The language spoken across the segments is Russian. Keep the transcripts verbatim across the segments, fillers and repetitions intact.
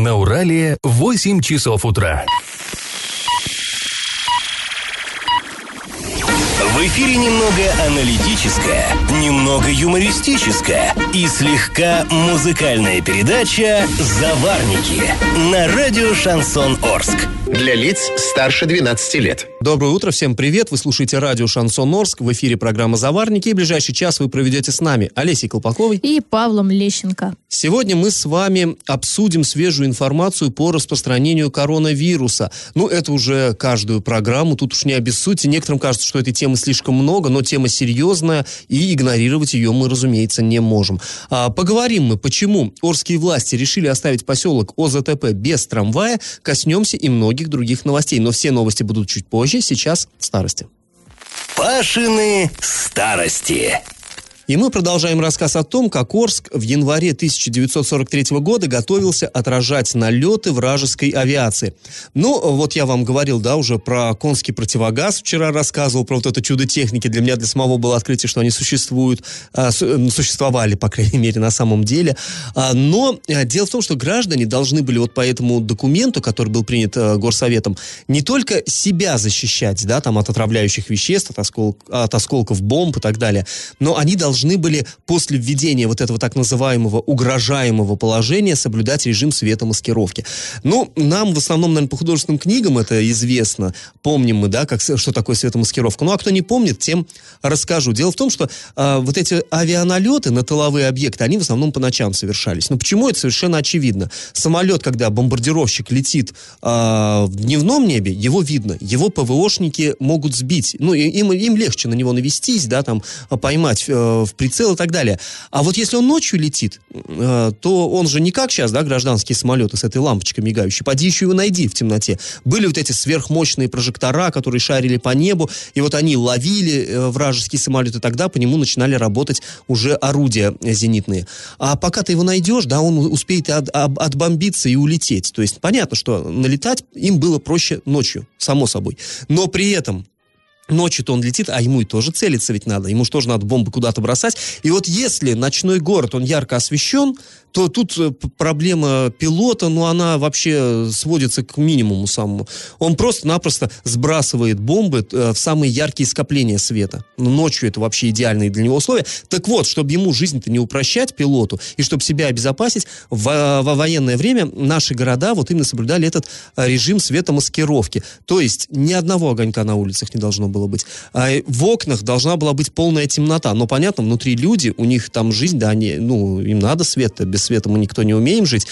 На Урале восемь часов утра. В эфире немного аналитическая, немного юмористическая и слегка музыкальная передача «Заварники» на радио «Шансон Орск». Для лиц старше двенадцати лет. Доброе утро, всем привет. Вы слушаете радио «Шансон Орск». В эфире программа «Заварники». И в ближайший час вы проведете с нами Олесей Колпаковой и Павлом Лещенко. Сегодня мы с вами обсудим свежую информацию по распространению коронавируса. Ну, это уже каждую программу, тут уж не обессудьте. Некоторым кажется, что этой темы слишком много, но тема серьезная, и игнорировать ее мы, разумеется, не можем. А, поговорим мы, почему орские власти решили оставить поселок ОЗТП без трамвая, коснемся и многих других новостей. Но все новости будут чуть позже, сейчас старости. Пашины старости. И мы продолжаем рассказ о том, как Орск в январе тысяча девятьсот сорок третьего года готовился отражать налеты вражеской авиации. Ну, вот я вам говорил, да, уже про конский противогаз, вчера рассказывал про вот это чудо техники. Для меня, для самого было открытие, что они существуют, существовали, по крайней мере, на самом деле. Но дело в том, что граждане должны были вот по этому документу, который был принят Горсоветом, не только себя защищать, да, там, от отравляющих веществ, от, оскол... от осколков бомб и так далее, но они должны должны были после введения вот этого так называемого угрожаемого положения соблюдать режим светомаскировки. Ну, нам в основном, наверное, по художественным книгам это известно. Помним мы, да, как, что такое светомаскировка. Ну, а кто не помнит, тем расскажу. Дело в том, что э, вот эти авианалеты на тыловые объекты, они в основном по ночам совершались. Но почему? Это совершенно очевидно. Самолет, когда бомбардировщик летит э, в дневном небе, его видно. Его ПВОшники могут сбить. Ну, им, им легче на него навестись, да, там, поймать э, в прицел и так далее. А вот если он ночью летит, э, то он же не как сейчас, да, гражданские самолеты с этой лампочкой мигающей. Поди еще его найди в темноте. Были вот эти сверхмощные прожектора, которые шарили по небу, и вот они ловили э, вражеские самолеты, тогда по нему начинали работать уже орудия зенитные. А пока ты его найдешь, да, он успеет от, от, отбомбиться и улететь. То есть понятно, что налетать им было проще ночью, само собой. Но при этом ночью-то он летит, а ему и тоже целиться ведь надо. Ему же тоже надо бомбы куда-то бросать. И вот если ночной город, он ярко освещен, то тут проблема пилота, ну, она вообще сводится к минимуму самому. Он просто-напросто сбрасывает бомбы в самые яркие скопления света. Но ночью это вообще идеальные для него условия. Так вот, чтобы ему жизнь-то не упрощать, пилоту, и чтобы себя обезопасить, в, во военное время наши города вот именно соблюдали этот режим светомаскировки. То есть ни одного огонька на улицах не должно было быть. В окнах должна была быть полная темнота. Но, понятно, внутри люди, у них там жизнь, да, они, ну, им надо света, без света мы никто не умеем жить.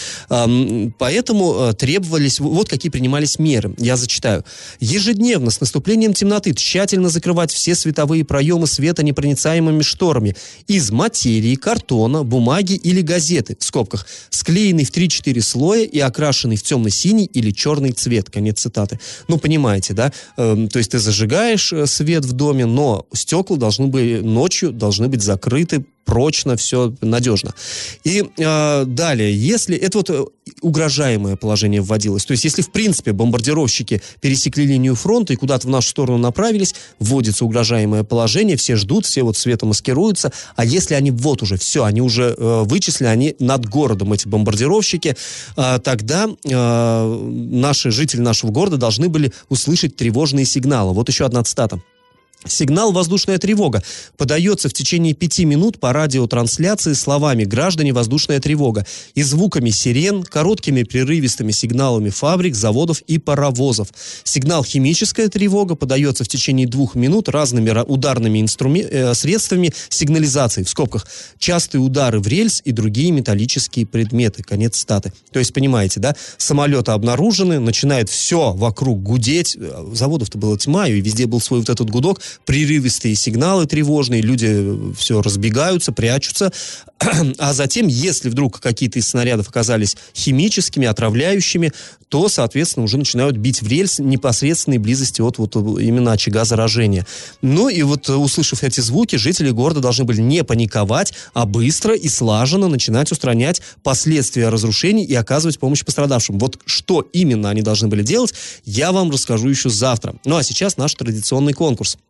Поэтому требовались, вот какие принимались меры. Я зачитаю. Ежедневно с наступлением темноты тщательно закрывать все световые проемы светонепроницаемыми шторами из материи, картона, бумаги или газеты, в скобках, склеенный в три-четыре слоя и окрашенный в темно-синий или черный цвет. Конец цитаты. Ну, понимаете, да? То есть ты зажигаешь свет в доме, но стекла должны быть ночью, должны быть закрыты прочно, все надежно. И э, далее, если это вот угрожаемое положение вводилось, то есть если в принципе бомбардировщики пересекли линию фронта и куда-то в нашу сторону направились, вводится угрожаемое положение, все ждут, все вот светомаскируются, а если они вот уже все, они уже э, вычислили, они над городом, эти бомбардировщики, э, тогда э, наши жители нашего города должны были услышать тревожные сигналы. Вот еще одна цитата. Сигнал «Воздушная тревога» подается в течение пяти минут по радиотрансляции словами «Граждане, воздушная тревога» и звуками сирен, короткими прерывистыми сигналами фабрик, заводов и паровозов. Сигнал «Химическая тревога» подается в течение двух минут разными ударными инструми- э, средствами сигнализации, в скобках, частые удары в рельс и другие металлические предметы. Конец цитаты. То есть, понимаете, да, самолеты обнаружены, начинает все вокруг гудеть. Заводов-то была тьма, и везде был свой вот этот гудок. Прерывистые сигналы тревожные, люди все разбегаются, прячутся, а затем, если вдруг какие-то из снарядов оказались химическими, отравляющими, то, соответственно, уже начинают бить в рельс непосредственной близости от вот именно очага заражения. Ну и вот, услышав эти звуки, жители города должны были не паниковать, а быстро и слаженно начинать устранять последствия разрушений и оказывать помощь пострадавшим. Вот что именно они должны были делать, я вам расскажу еще завтра. Ну а сейчас наш традиционный конкурс.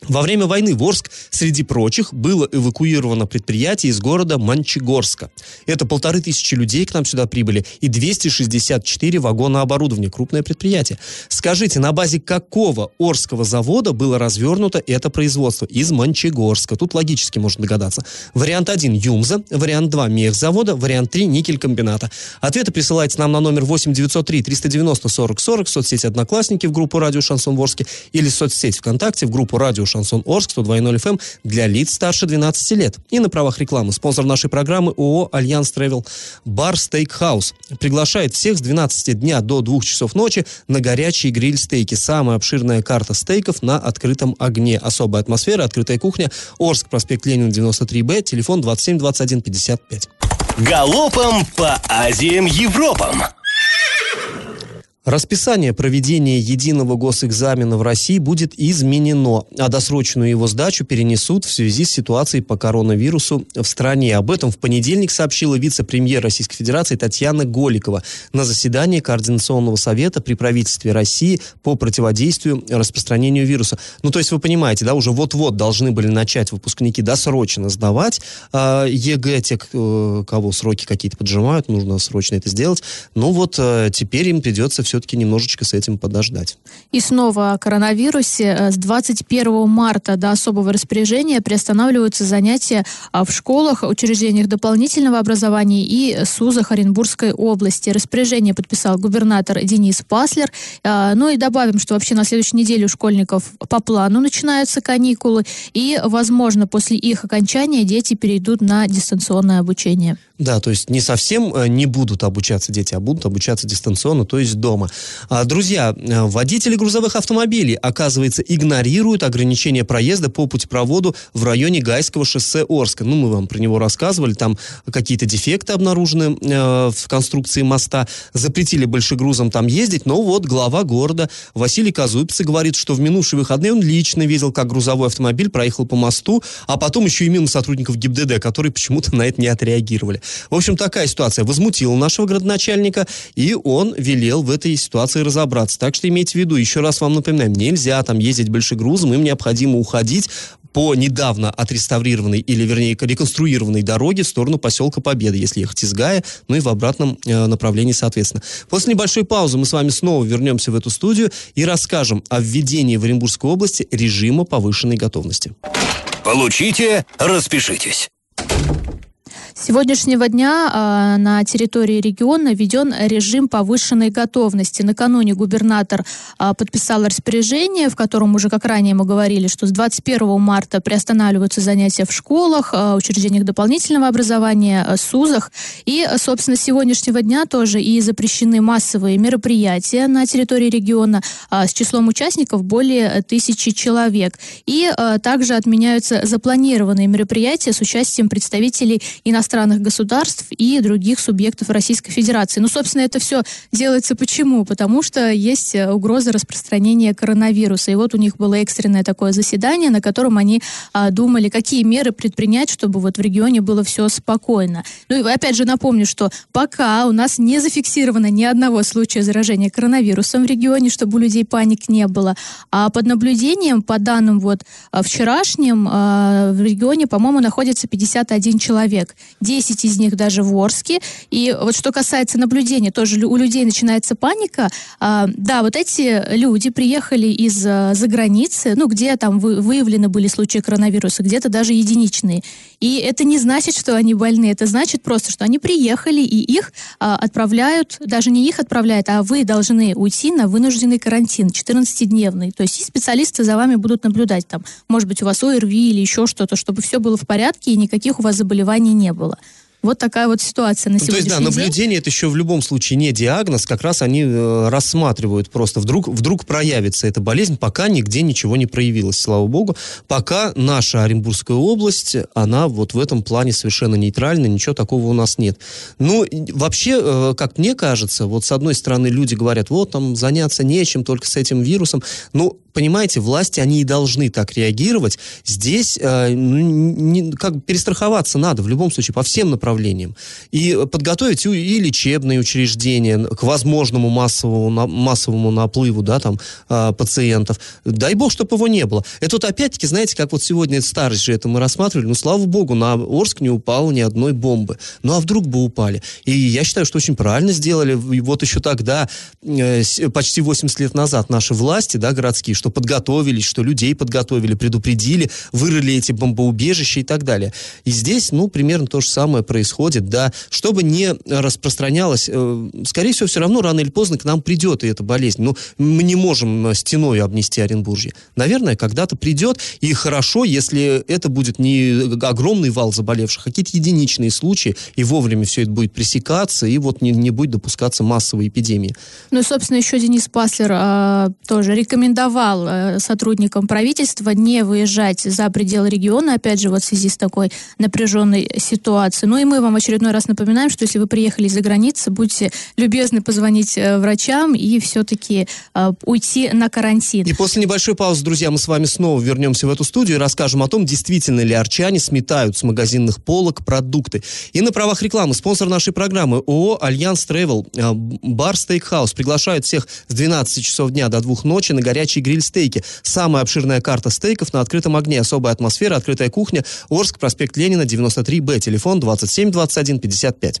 Во время войны в Орск, среди прочих, было эвакуировано предприятие из города Мончегорска. Это полторы тысячи людей к нам сюда прибыли и двести шестьдесят четыре вагона оборудования. Крупное предприятие. Скажите, на базе какого Орского завода было развернуто это производство? Из Мончегорска. Тут логически можно догадаться. Вариант один – ЮМЗа, вариант два – мехзавода, вариант три – никелькомбината. Ответы присылайте нам на номер восемь девятьсот три триста девяносто сорок сорок в соцсети «Одноклассники» в группу «Радио Шансон Орске» или в соцсети ВКонтакте в группу «Радио Шансон Орск» сто два ноль эф эм для лиц старше двенадцати лет. И на правах рекламы спонсор нашей программы ООО «Альянс Тревел» Бар Стейкхаус приглашает всех с двенадцати дня до двух часов ночи на горячие гриль-стейки. Самая обширная карта стейков на открытом огне. Особая атмосфера, открытая кухня. Орск, проспект Ленина, девяносто три Б, телефон двадцать семь двадцать один пятьдесят пять. Галопом по Азиям, Европам! Расписание проведения единого госэкзамена в России будет изменено, а досрочную его сдачу перенесут в связи с ситуацией по коронавирусу в стране. Об этом в понедельник сообщила вице-премьер Российской Федерации Татьяна Голикова на заседании Координационного совета при правительстве России по противодействию распространению вируса. Ну, то есть вы понимаете, да, уже вот-вот должны были начать выпускники досрочно сдавать э, ЕГЭ, те, кто, кого сроки какие-то поджимают, нужно срочно это сделать. Ну вот э, теперь им придется все все-таки немножечко с этим подождать. И снова о коронавирусе. С двадцать первого марта до особого распоряжения приостанавливаются занятия в школах, учреждениях дополнительного образования и СУЗах Оренбургской области. Распоряжение подписал губернатор Денис Паслер. Ну и добавим, что вообще на следующей неделе у школьников по плану начинаются каникулы, и, возможно, после их окончания дети перейдут на дистанционное обучение. Да, то есть не совсем не будут обучаться дети, а будут обучаться дистанционно, то есть дома. Друзья, водители грузовых автомобилей, оказывается, игнорируют ограничения проезда по путепроводу в районе Гайского шоссе Орска. Ну, мы вам про него рассказывали, там какие-то дефекты обнаружены э, в конструкции моста, запретили большегрузам там ездить, но вот глава города Василий Казупиц говорит, что в минувшие выходные он лично видел, как грузовой автомобиль проехал по мосту, а потом еще и мимо сотрудников ГИБДД, которые почему-то на это не отреагировали. В общем, такая ситуация возмутила нашего градоначальника, и он велел в этой ситуации разобраться. Так что имейте в виду, еще раз вам напоминаем, нельзя там ездить большегрузом, им необходимо уходить по недавно отреставрированной, или, вернее, реконструированной дороге в сторону поселка Победы, если ехать из Гая, ну и в обратном э, направлении, соответственно. После небольшой паузы мы с вами снова вернемся в эту студию и расскажем о введении в Оренбургской области режима повышенной готовности. Получите, распишитесь. С сегодняшнего дня э, на территории региона введен режим повышенной готовности. Накануне губернатор э, подписал распоряжение, в котором уже, как ранее мы говорили, что с двадцать первого марта приостанавливаются занятия в школах, э, учреждениях дополнительного образования, э, СУЗах. И, собственно, с сегодняшнего дня тоже и запрещены массовые мероприятия на территории региона э, с числом участников более тысячи человек. И э, также отменяются запланированные мероприятия с участием представителей иностранных государств и других субъектов Российской Федерации. Ну, собственно, это все делается почему? Потому что есть угроза распространения коронавируса. И вот у них было экстренное такое заседание, на котором они а, думали, какие меры предпринять, чтобы вот в регионе было все спокойно. Ну, и опять же напомню, что пока у нас не зафиксировано ни одного случая заражения коронавирусом в регионе, чтобы у людей паник не было. А под наблюдением, по данным вот вчерашним, а, в регионе, по-моему, находится пятьдесят один человек. десять из них даже в Орске. И вот что касается наблюдения, тоже у людей начинается паника. А, да, вот эти люди приехали из-за границы, ну, где там вы, выявлены были случаи коронавируса, где-то даже единичные. И это не значит, что они больны, это значит просто, что они приехали, и их а, отправляют, даже не их отправляют, а вы должны уйти на вынужденный карантин, четырнадцатидневный. То есть и специалисты за вами будут наблюдать там, может быть, у вас ОРВИ или еще что-то, чтобы все было в порядке и никаких у вас заболеваний не было. Вот такая вот ситуация на сегодняшний день. То есть, да, наблюдение это еще в любом случае не диагноз, как раз они э, рассматривают просто. Вдруг, вдруг проявится эта болезнь, пока нигде ничего не проявилось, слава богу. Пока наша Оренбургская область, она вот в этом плане совершенно нейтральна, ничего такого у нас нет. Ну, вообще, э, как мне кажется, вот с одной стороны люди говорят, вот там заняться нечем, только с этим вирусом. Ну, понимаете, власти, они и должны так реагировать. Здесь э, не, как бы перестраховаться надо в любом случае по всем направлениям. И подготовить и лечебные учреждения к возможному массовому, массовому наплыву, да, там, э, пациентов. Дай бог, чтобы его не было. Это вот опять-таки, знаете, как вот сегодня старость же это мы рассматривали, ну, слава богу, на Орск не упало ни одной бомбы. Ну, а вдруг бы упали? И я считаю, что очень правильно сделали. И вот еще тогда, э, почти восемьдесят лет назад, наши власти, да, городские, что подготовились, что людей подготовили, предупредили, вырыли эти бомбоубежища и так далее. И здесь, ну, примерно то же самое происходит, да. Чтобы не распространялось, э, скорее всего, все равно рано или поздно к нам придет и эта болезнь. Ну, мы не можем стеной обнести Оренбуржье. Наверное, когда-то придет, и хорошо, если это будет не огромный вал заболевших, а какие-то единичные случаи, и вовремя все это будет пресекаться, и вот не, не будет допускаться массовой эпидемии. Ну и, собственно, еще Денис Паслер э, тоже рекомендовал э, сотрудникам правительства не выезжать за пределы региона, опять же, вот в связи с такой напряженной ситуацией. Ну и мы вам в очередной раз напоминаем, что если вы приехали из-за границы, будьте любезны позвонить э, врачам и все-таки э, уйти на карантин. И после небольшой паузы, друзья, мы с вами снова вернемся в эту студию и расскажем о том, действительно ли арчане сметают с магазинных полок продукты. И на правах рекламы спонсор нашей программы ООО «Альянс Тревел», бар «Стейкхаус» приглашает всех с двенадцати часов дня до двух ночи на горячие гриль-стейки. Самая обширная карта стейков на открытом огне. Особая атмосфера, открытая кухня. Орск, проспект Ленина, девяносто три Б. Телефон двадцать семь двадцать один пятьдесят пять.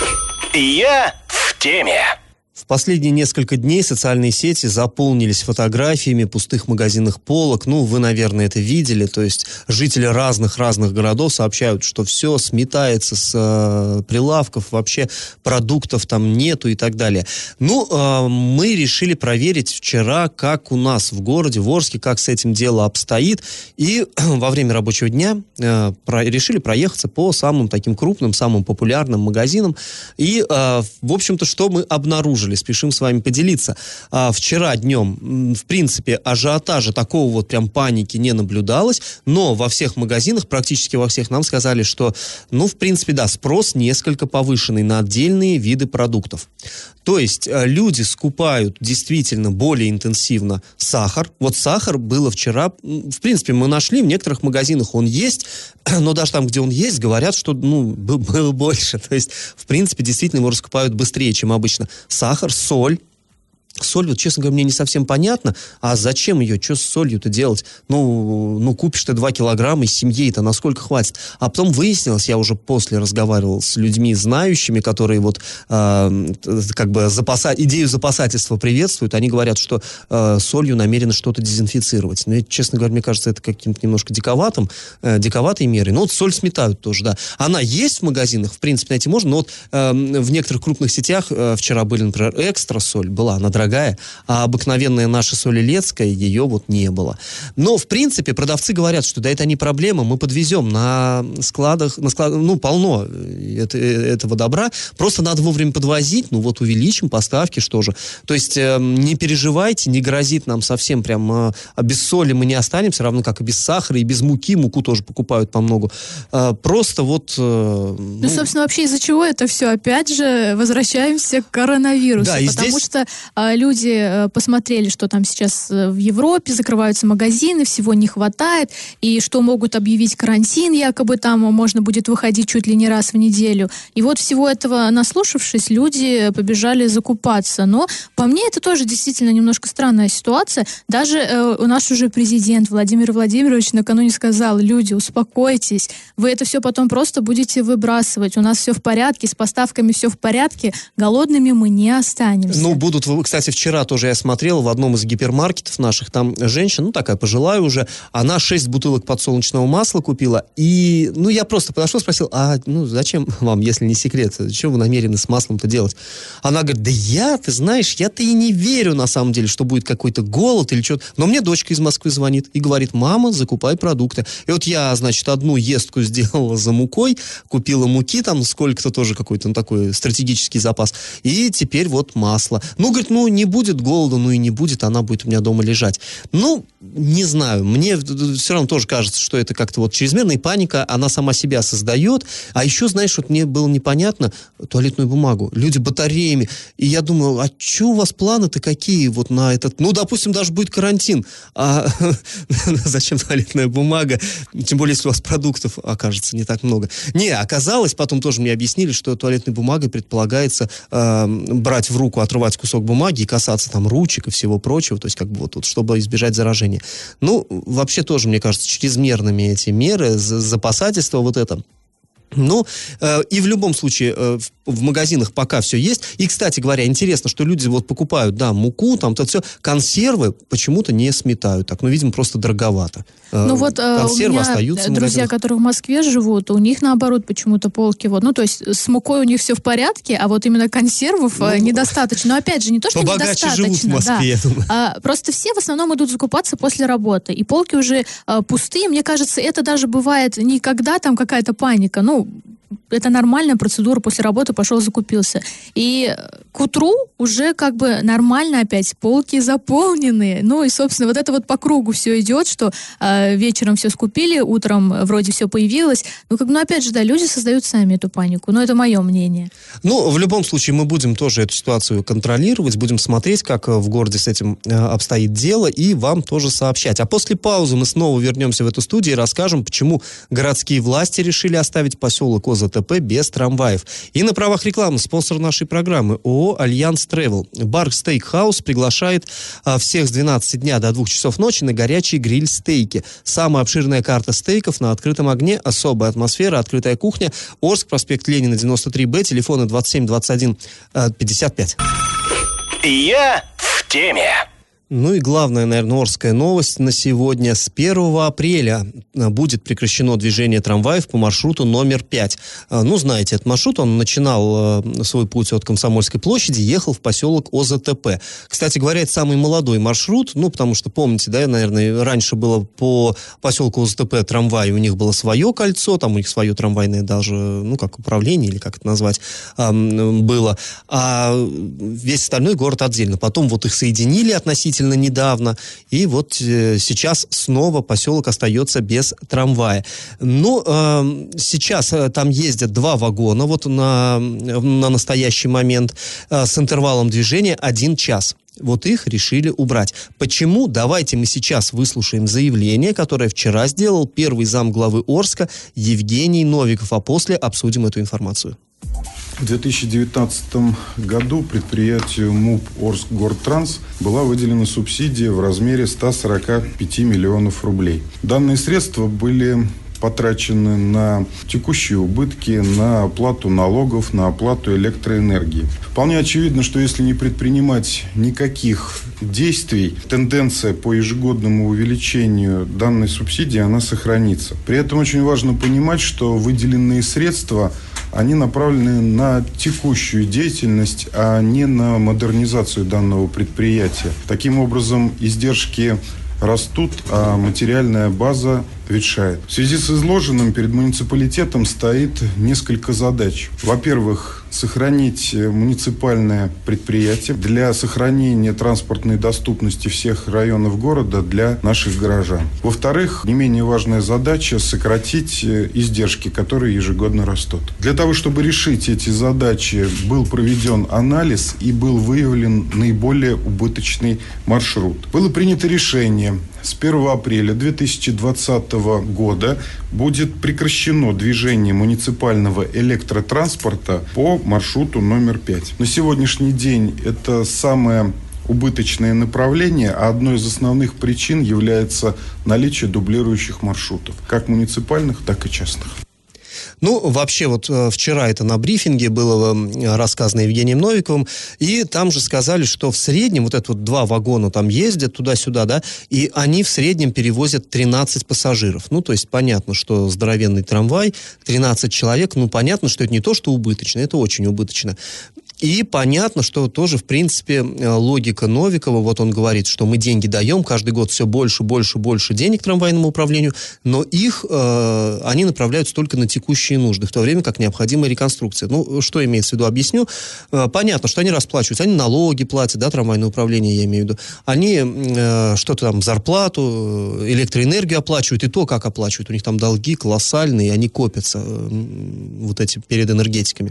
Я в теме. В последние несколько дней социальные сети заполнились фотографиями пустых магазинных полок. Ну, вы, наверное, это видели. То есть жители разных-разных городов сообщают, что все сметается с э, прилавков, вообще продуктов там нету и так далее. Ну, э, мы решили проверить вчера, как у нас в городе, в Орске, как с этим дело обстоит. И во время рабочего дня э, про, решили проехаться по самым таким крупным, самым популярным магазинам. И, э, в общем-то, что мы обнаружили? Спешим с вами поделиться. А, вчера днем, в принципе, ажиотажа такого вот прям паники не наблюдалось, но во всех магазинах, практически во всех, нам сказали, что, ну, в принципе, да, спрос несколько повышенный на отдельные виды продуктов. То есть люди скупают действительно более интенсивно сахар. Вот сахар было вчера, в принципе, мы нашли, в некоторых магазинах он есть, но даже там, где он есть, говорят, что, ну, было больше. То есть, в принципе, действительно его раскупают быстрее, чем обычно. Сахар, соль. Соль, вот, честно говоря, мне не совсем понятно, а зачем ее, что с солью-то делать? Ну, ну купишь ты два килограмма, и семье-то насколько хватит? А потом выяснилось, я уже после разговаривал с людьми знающими, которые вот э, как бы запаса, идею запасательства приветствуют, они говорят, что э, солью намерены что-то дезинфицировать. Но, честно говоря, мне кажется, это каким-то немножко диковатым, э, диковатой мерой. Ну, вот соль сметают тоже, да. Она есть в магазинах, в принципе, найти можно, но вот э, в некоторых крупных сетях э, вчера были, например, экстра соль, была, она дорогая, дорогая, а обыкновенная наша соль илецкая, ее вот не было. Но, в принципе, продавцы говорят, что да, это не проблема, мы подвезем на складах, на складах, ну, полно это, этого добра, просто надо вовремя подвозить, ну, вот увеличим поставки, что же. То есть, э, не переживайте, не грозит нам совсем прям, э, без соли мы не останемся, равно как и без сахара, и без муки, муку тоже покупают по многу. Э, просто вот... Э, ну, ну, собственно, вообще из-за чего это все? Опять же, возвращаемся к коронавирусу, да, потому здесь... что э, люди посмотрели, что там сейчас в Европе, закрываются магазины, всего не хватает, и что могут объявить карантин, якобы там можно будет выходить чуть ли не раз в неделю. И вот всего этого наслушавшись, люди побежали закупаться. Но по мне это тоже действительно немножко странная ситуация. Даже э, у нас уже президент Владимир Владимирович накануне сказал: люди, успокойтесь, вы это все потом просто будете выбрасывать. У нас все в порядке, с поставками все в порядке, голодными мы не останемся. Ну, будут, кстати, вчера тоже я смотрел в одном из гипермаркетов наших, там женщина, ну, такая пожилая уже, она шесть бутылок подсолнечного масла купила, и, ну, я просто подошел, спросил: а, ну, зачем вам, если не секрет, что вы намерены с маслом-то делать? Она говорит: да я, ты знаешь, я-то и не верю, на самом деле, что будет какой-то голод или что-то, но мне дочка из Москвы звонит и говорит: мама, закупай продукты. И вот я, значит, одну ездку сделала за мукой, купила муки, там, сколько-то тоже какой-то, ну, такой стратегический запас, и теперь вот масло. Ну, говорит, ну, не будет голода, ну и не будет, она будет у меня дома лежать. Ну, не знаю, мне все равно тоже кажется, что это как-то вот чрезмерная паника, она сама себя создает. А еще, знаешь, вот мне было непонятно туалетную бумагу. Люди батареями. И я думаю, а что у вас планы-то какие вот на этот... Ну, допустим, даже будет карантин. А зачем туалетная бумага? Тем более, если у вас продуктов окажется не так много. Не, оказалось, потом тоже мне объяснили, что туалетной бумагой предполагается э, брать в руку, отрывать кусок бумаги и касаться там ручек и всего прочего, то есть как бы вот, вот чтобы избежать заражения. Ну, вообще тоже, мне кажется, чрезмерными эти меры, запасательство вот это. Ну, э, и в любом случае э, в, в магазинах пока все есть. И, кстати говоря, интересно, что люди вот покупают, да, муку, там, то все, консервы почему-то не сметают так. Ну, видимо, просто дороговато. Э, ну, вот э, у меня остаются друзья, которые в Москве живут, у них, наоборот, почему-то полки вот, ну, то есть с мукой у них все в порядке, а вот именно консервов ну, недостаточно. Но, опять же, не то, что побогаче недостаточно. Живут в Москве, да, а, просто все в основном идут закупаться после работы, и полки уже а, пустые. Мне кажется, это даже бывает не когда там какая-то паника, ну, это нормальная процедура, после работы пошел, закупился. И к утру уже как бы нормально опять, полки заполнены. Ну и, собственно, вот это вот по кругу все идет, что э, вечером все скупили, утром вроде все появилось. Ну, как, ну, опять же, да, люди создают сами эту панику. Но это мое мнение. Ну, в любом случае, мы будем тоже эту ситуацию контролировать, будем смотреть, как в городе с этим э, обстоит дело, и вам тоже сообщать. А после паузы мы снова вернемся в эту студию и расскажем, почему городские власти решили оставить поселок ОЗТП без трамваев. И на правах рекламы спонсор нашей программы ООО «Альянс Тревел». Бар Стейкхаус приглашает а, всех с двенадцати дня до двух часов ночи на горячие гриль-стейки. Самая обширная карта стейков на открытом огне, особая атмосфера, открытая кухня. Орск, проспект Ленина, девяносто три Б, телефоны двадцать семь двадцать один пятьдесят пять. Я в теме. Ну и главная, наверное, орская новость на сегодня. С первого апреля будет прекращено движение трамваев по маршруту номер пять. Ну, знаете, этот маршрут, он начинал свой путь от Комсомольской площади, ехал в поселок ОЗТП. Кстати говоря, это самый молодой маршрут, ну, потому что, помните, да, наверное, раньше было по поселку ОЗТП трамвай, у них было свое кольцо, там у них свое трамвайное даже, ну, как управление, или как это назвать, было. А весь остальной город отдельно. Потом вот их соединили относительно недавно, и вот э, сейчас снова поселок остается без трамвая. Ну, э, сейчас э, там ездят два вагона, вот на, на настоящий момент, э, с интервалом движения один час. Вот их решили убрать. Почему? Давайте мы сейчас выслушаем заявление, которое вчера сделал первый замглавы Орска Евгений Новиков, а после обсудим эту информацию. В две тысячи девятнадцатом году предприятию МУП Орскгортранс была выделена субсидия в размере ста сорока пяти миллионов рублей. Данные средства были потрачены на текущие убытки, на оплату налогов, на оплату электроэнергии. Вполне очевидно, что если не предпринимать никаких действий, тенденция по ежегодному увеличению данной субсидии, она сохранится. При этом очень важно понимать, что выделенные средства, они направлены на текущую деятельность, а не на модернизацию данного предприятия. Таким образом, издержки растут, а материальная база ветшает. В связи с изложенным перед муниципалитетом стоит несколько задач. Во-первых, сохранить муниципальное предприятие для сохранения транспортной доступности всех районов города для наших горожан. Во-вторых, не менее важная задача – сократить издержки, которые ежегодно растут. Для того, чтобы решить эти задачи, был проведен анализ и был выявлен наиболее убыточный маршрут. Было принято решение: с первого апреля две тысячи двадцатого года будет прекращено движение муниципального электротранспорта по маршруту номер пять. На сегодняшний день это самое убыточное направление, а одной из основных причин является наличие дублирующих маршрутов, как муниципальных, так и частных. Ну, вообще, вот э, вчера это на брифинге было э, рассказано Евгением Новиковым, и там же сказали, что в среднем вот это вот два вагона там ездят туда-сюда, да, и они в среднем перевозят тринадцать пассажиров. Ну, то есть понятно, что здоровенный трамвай, тринадцать человек, ну, понятно, что это не то, что убыточно, это очень убыточно. И понятно, что тоже, в принципе, логика Новикова, вот он говорит, что мы деньги даем, каждый год все больше, больше, больше денег трамвайному управлению, но их э, они направляются только на текущие нужды, в то время как необходима реконструкция. Ну, что имеется в виду, объясню. Э, понятно, что они расплачиваются, они налоги платят, да, трамвайное управление, я имею в виду. Они э, что-то там, зарплату, электроэнергию оплачивают, и то, как оплачивают. У них там долги колоссальные, и они копятся, э, вот эти, перед энергетиками.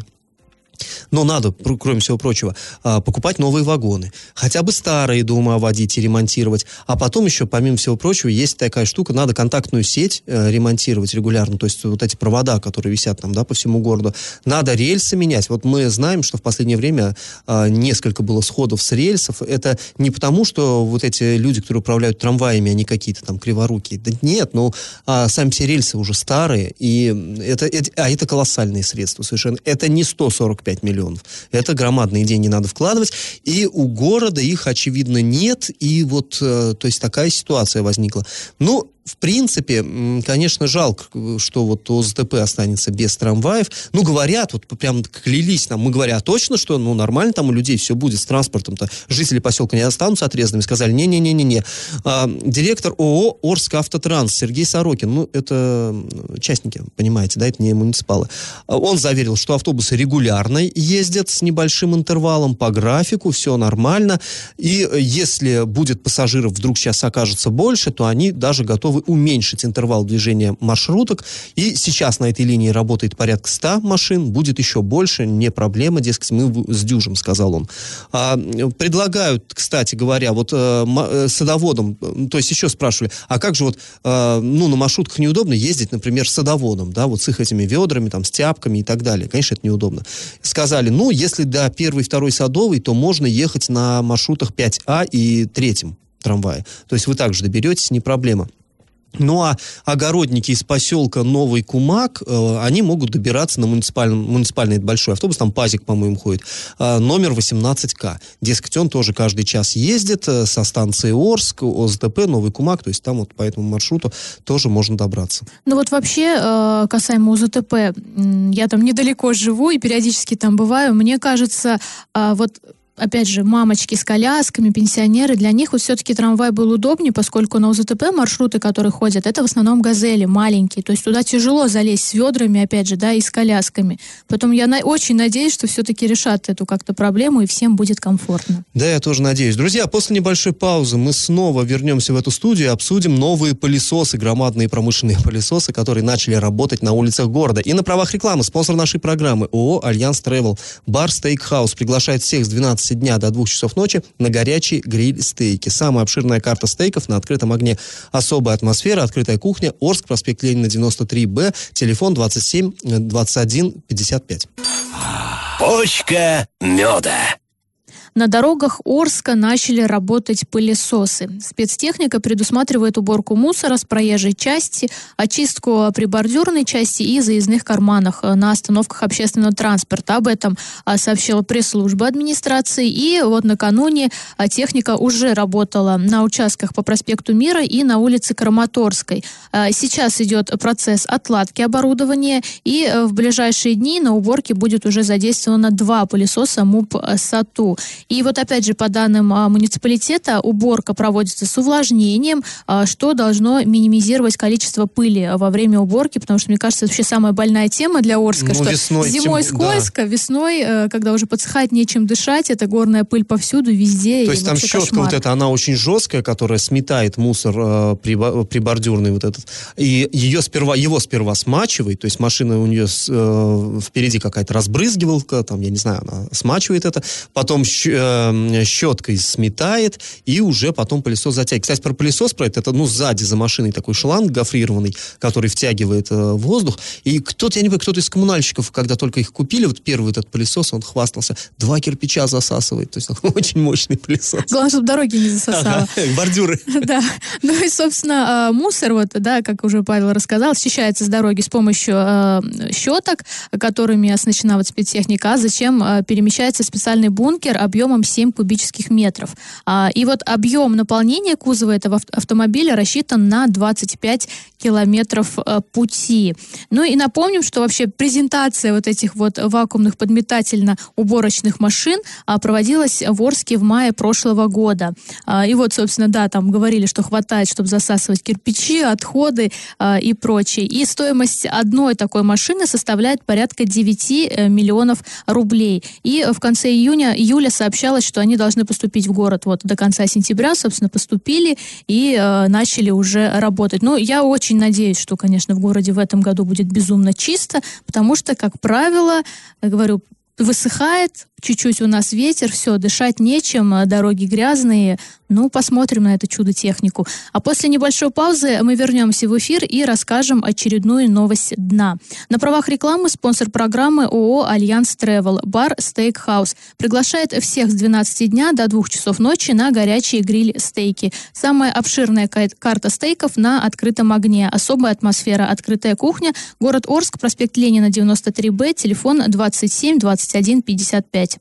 Но надо, кроме всего прочего, покупать новые вагоны. Хотя бы старые дома водить и ремонтировать. А потом еще, помимо всего прочего, есть такая штука, надо контактную сеть ремонтировать регулярно. То есть вот эти провода, которые висят там, да, по всему городу. Надо рельсы менять. Вот мы знаем, что в последнее время несколько было сходов с рельсов. Это не потому, что вот эти люди, которые управляют трамваями, они какие-то там криворукие. Да нет, ну, сами все рельсы уже старые. И это, это, а это колоссальные средства совершенно. Это не сто сорок пять миллионов. Это громадные деньги надо вкладывать, и у города их, очевидно, нет, и вот, э, то есть такая ситуация возникла. Ну, в принципе, конечно, жалко, что вот ОЗТП останется без трамваев. Ну, говорят, вот прям клялись нам, мы говорим, а точно, что, ну, нормально там у людей все будет с транспортом-то, жители поселка не останутся отрезанными, сказали, не-не-не-не-не. А, директор ООО «Орскавтотранс» Сергей Сорокин, ну, это частники, понимаете, да, это не муниципалы. Он заверил, что автобусы регулярно ездят с небольшим интервалом по графику, все нормально, и если будет пассажиров вдруг сейчас окажется больше, то они даже готовы уменьшить интервал движения маршруток. И сейчас на этой линии работает порядка ста машин, будет еще больше, не проблема, дескать, мы сдюжим, сказал он. А, предлагают, кстати говоря, вот э, садоводам, то есть еще спрашивали, а как же вот, э, ну, на маршрутках неудобно ездить, например, садоводом, да, вот с их этими ведрами, там, с тяпками и так далее. Конечно, это неудобно. Сказали, ну, если до первой, второй Садовой, то можно ехать на маршрутах пять А и третьем трамвае. То есть вы также доберетесь, не проблема. Ну, а огородники из поселка Новый Кумак, э, они могут добираться на муниципальный, муниципальный большой автобус, там Пазик, по-моему, ходит, э, номер восемнадцать К. Дескать, он тоже каждый час ездит э, со станции Орск, ОЗТП, Новый Кумак, то есть там вот по этому маршруту тоже можно добраться. Ну вот вообще, э, касаемо ОЗТП, я там недалеко живу и периодически там бываю, мне кажется, э, вот... Опять же, мамочки с колясками, пенсионеры, для них вот все-таки трамвай был удобнее, поскольку на ОЗТП маршруты, которые ходят, это в основном газели маленькие, то есть туда тяжело залезть с ведрами, опять же, да, и с колясками. Поэтому я на- очень надеюсь, что все-таки решат эту как-то проблему, и всем будет комфортно. Да, я тоже надеюсь. Друзья, после небольшой паузы мы снова вернемся в эту студию и обсудим новые пылесосы, громадные промышленные пылесосы, которые начали работать на улицах города. И на правах рекламы спонсор нашей программы ООО «Альянс Тревел». Бар «Стейкхаус» приглашает всех с двенадцати дня до двух часов ночи на горячий гриль-стейки. Самая обширная карта стейков на открытом огне. Особая атмосфера, открытая кухня, Орск, проспект Ленина, девяносто три Б, телефон двадцать семь двадцать один пятьдесят пять. Почка меда. На дорогах Орска начали работать пылесосы. Спецтехника предусматривает уборку мусора с проезжей части, очистку прибордюрной части и заездных карманах на остановках общественного транспорта. Об этом сообщила пресс-служба администрации. И вот накануне техника уже работала на участках по проспекту Мира и на улице Краматорской. Сейчас идет процесс отладки оборудования, и в ближайшие дни на уборке будет уже задействовано два пылесоса МУП «Сату». И вот опять же, по данным а, муниципалитета, уборка проводится с увлажнением, а, что должно минимизировать количество пыли во время уборки, потому что, мне кажется, это вообще самая больная тема для Орска, ну, что весной, зимой тем, скользко, да. Весной, э, когда уже подсыхать, нечем дышать, это горная пыль повсюду, везде. То есть там щетка кошмар. Вот эта, она очень жесткая, которая сметает мусор э, прибордюрный вот этот, и ее сперва, его сперва смачивает, то есть машина у нее э, впереди какая-то разбрызгивалка, там, я не знаю, она смачивает это, потом щеткой сметает, и уже потом пылесос затягивает. Кстати, про пылесос, про это, это, ну, сзади за машиной такой шланг гофрированный, который втягивает э, воздух, и кто-то, я не знаю, кто-то из коммунальщиков, когда только их купили, вот первый этот пылесос, он хвастался, два кирпича засасывает, то есть он очень мощный пылесос. Главное, чтобы дороги не засосало. Ага, бордюры. Да, ну и, собственно, мусор, вот, да, как уже Павел рассказал, счищается с дороги с помощью э, щеток, которыми оснащена вот спецтехника, а зачем э, перемещается специальный бункер объемом семь кубических метров. А, и вот объем наполнения кузова этого автомобиля рассчитан на двадцать пять километров э, пути. Ну и напомним, что вообще презентация вот этих вот вакуумных подметательно-уборочных машин э, проводилась в Орске в мае прошлого года. Э, и вот, собственно, да, там говорили, что хватает, чтобы засасывать кирпичи, отходы э, и прочее. И стоимость одной такой машины составляет порядка девять миллионов рублей. И в конце июня, июля сообщалось, что они должны поступить в город вот до конца сентября, собственно, поступили и э, начали уже работать. Ну, я очень надеюсь, что, конечно, в городе в этом году будет безумно чисто, потому что, как правило, я говорю, высыхает, чуть-чуть у нас ветер, все, дышать нечем, дороги грязные. Ну, посмотрим на эту чудо-технику. А после небольшой паузы мы вернемся в эфир и расскажем очередную новость дна. На правах рекламы спонсор программы ООО «Альянс Тревел» бар «Стейкхаус» приглашает всех с двенадцати дня до двух часов ночи на горячие гриль-стейки. Самая обширная карта стейков на открытом огне. Особая атмосфера, открытая кухня. Город Орск, проспект Ленина, девяносто три Б, телефон двадцать семь двадцать один пятьдесят пять.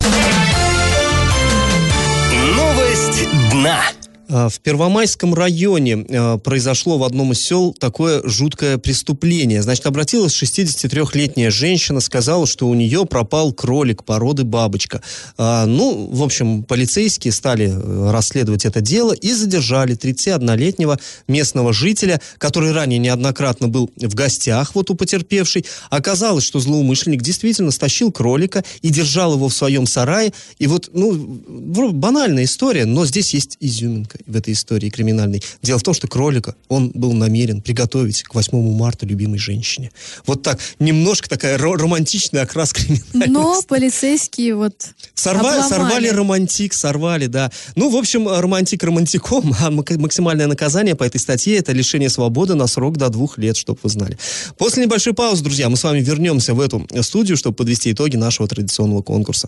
Новость дна. В Первомайском районе э, произошло в одном из сел такое жуткое преступление. Значит, обратилась шестидесятитрёхлетняя женщина, сказала, что у нее пропал кролик породы бабочка. А, ну, в общем, полицейские стали расследовать это дело и задержали тридцатиоднолетнего местного жителя, который ранее неоднократно был в гостях вот у потерпевшей. Оказалось, что злоумышленник действительно стащил кролика и держал его в своем сарае. И вот, ну, банальная история, но здесь есть изюминка в этой истории криминальной. Дело в том, что кролика он был намерен приготовить к восьмому марта любимой женщине. Вот так, немножко такая ро- романтичная окрас криминальности. Но полицейские вот Сорва- Сорвали романтик, сорвали, да. Ну, в общем, романтик романтиком, а максимальное наказание по этой статье — это лишение свободы на срок до двух лет, чтобы вы знали. После небольшой паузы, друзья, мы с вами вернемся в эту студию, чтобы подвести итоги нашего традиционного конкурса.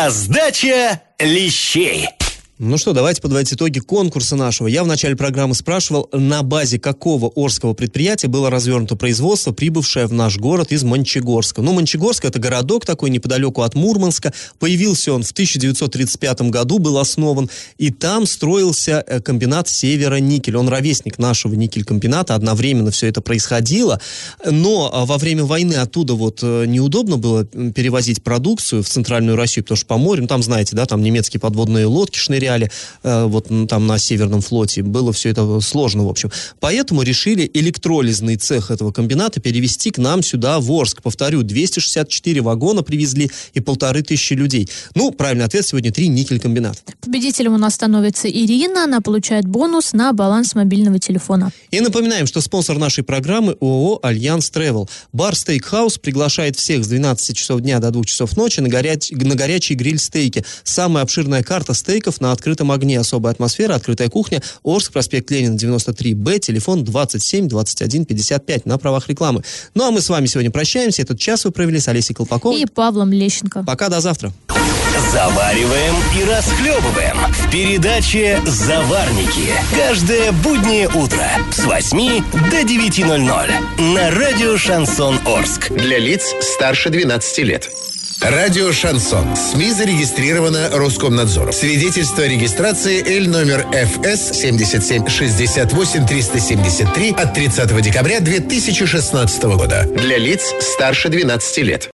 Раздача лещей. Ну что, давайте подводить итоги конкурса нашего. Я в начале программы спрашивал, на базе какого орского предприятия было развернуто производство, прибывшее в наш город из Мончегорска. Ну, Мончегорск — это городок такой неподалеку от Мурманска. Появился он в тысяча девятьсот тридцать пятом году, был основан. И там строился комбинат «Североникель». Он ровесник нашего никель-комбината. Одновременно все это происходило. Но во время войны оттуда вот неудобно было перевозить продукцию в Центральную Россию, потому что по морю, ну, там, знаете, да, там немецкие подводные лодки шныряли, вот там на Северном флоте. Было все это сложно, в общем. Поэтому решили электролизный цех этого комбината перевести к нам сюда, в Орск. Повторю, двести шестьдесят четыре вагона привезли и полторы тысячи людей. Ну, правильный ответ сегодня три, никель-комбинат. Победителем у нас становится Ирина. Она получает бонус на баланс мобильного телефона. И напоминаем, что спонсор нашей программы ООО «Альянс Тревел». Бар «Стейкхаус» приглашает всех с двенадцати часов дня до двух часов ночи на, горяч... на горячие гриль-стейки. Самая обширная карта стейков на открытом огне. Особая атмосфера, открытая кухня. Орск, проспект Ленина, девяносто три Б, телефон двадцать семь двадцать один пятьдесят пять на правах рекламы. Ну, а мы с вами сегодня прощаемся. Этот час вы провели с Олесей Колпаковой и Павлом Лещенко. Пока, до завтра. Завариваем и расхлебываем в передаче «Заварники». Каждое буднее утро с восьми до девяти ноль-ноль на радио «Шансон Орск». Для лиц старше двенадцати лет. Радио «Шансон». СМИ зарегистрировано Роскомнадзором. Свидетельство о регистрации Л номер Ф С семьдесят семь шестьдесят восемь триста семьдесят три от тридцатого декабря две тысячи шестнадцатого года. Для лиц старше двенадцати лет.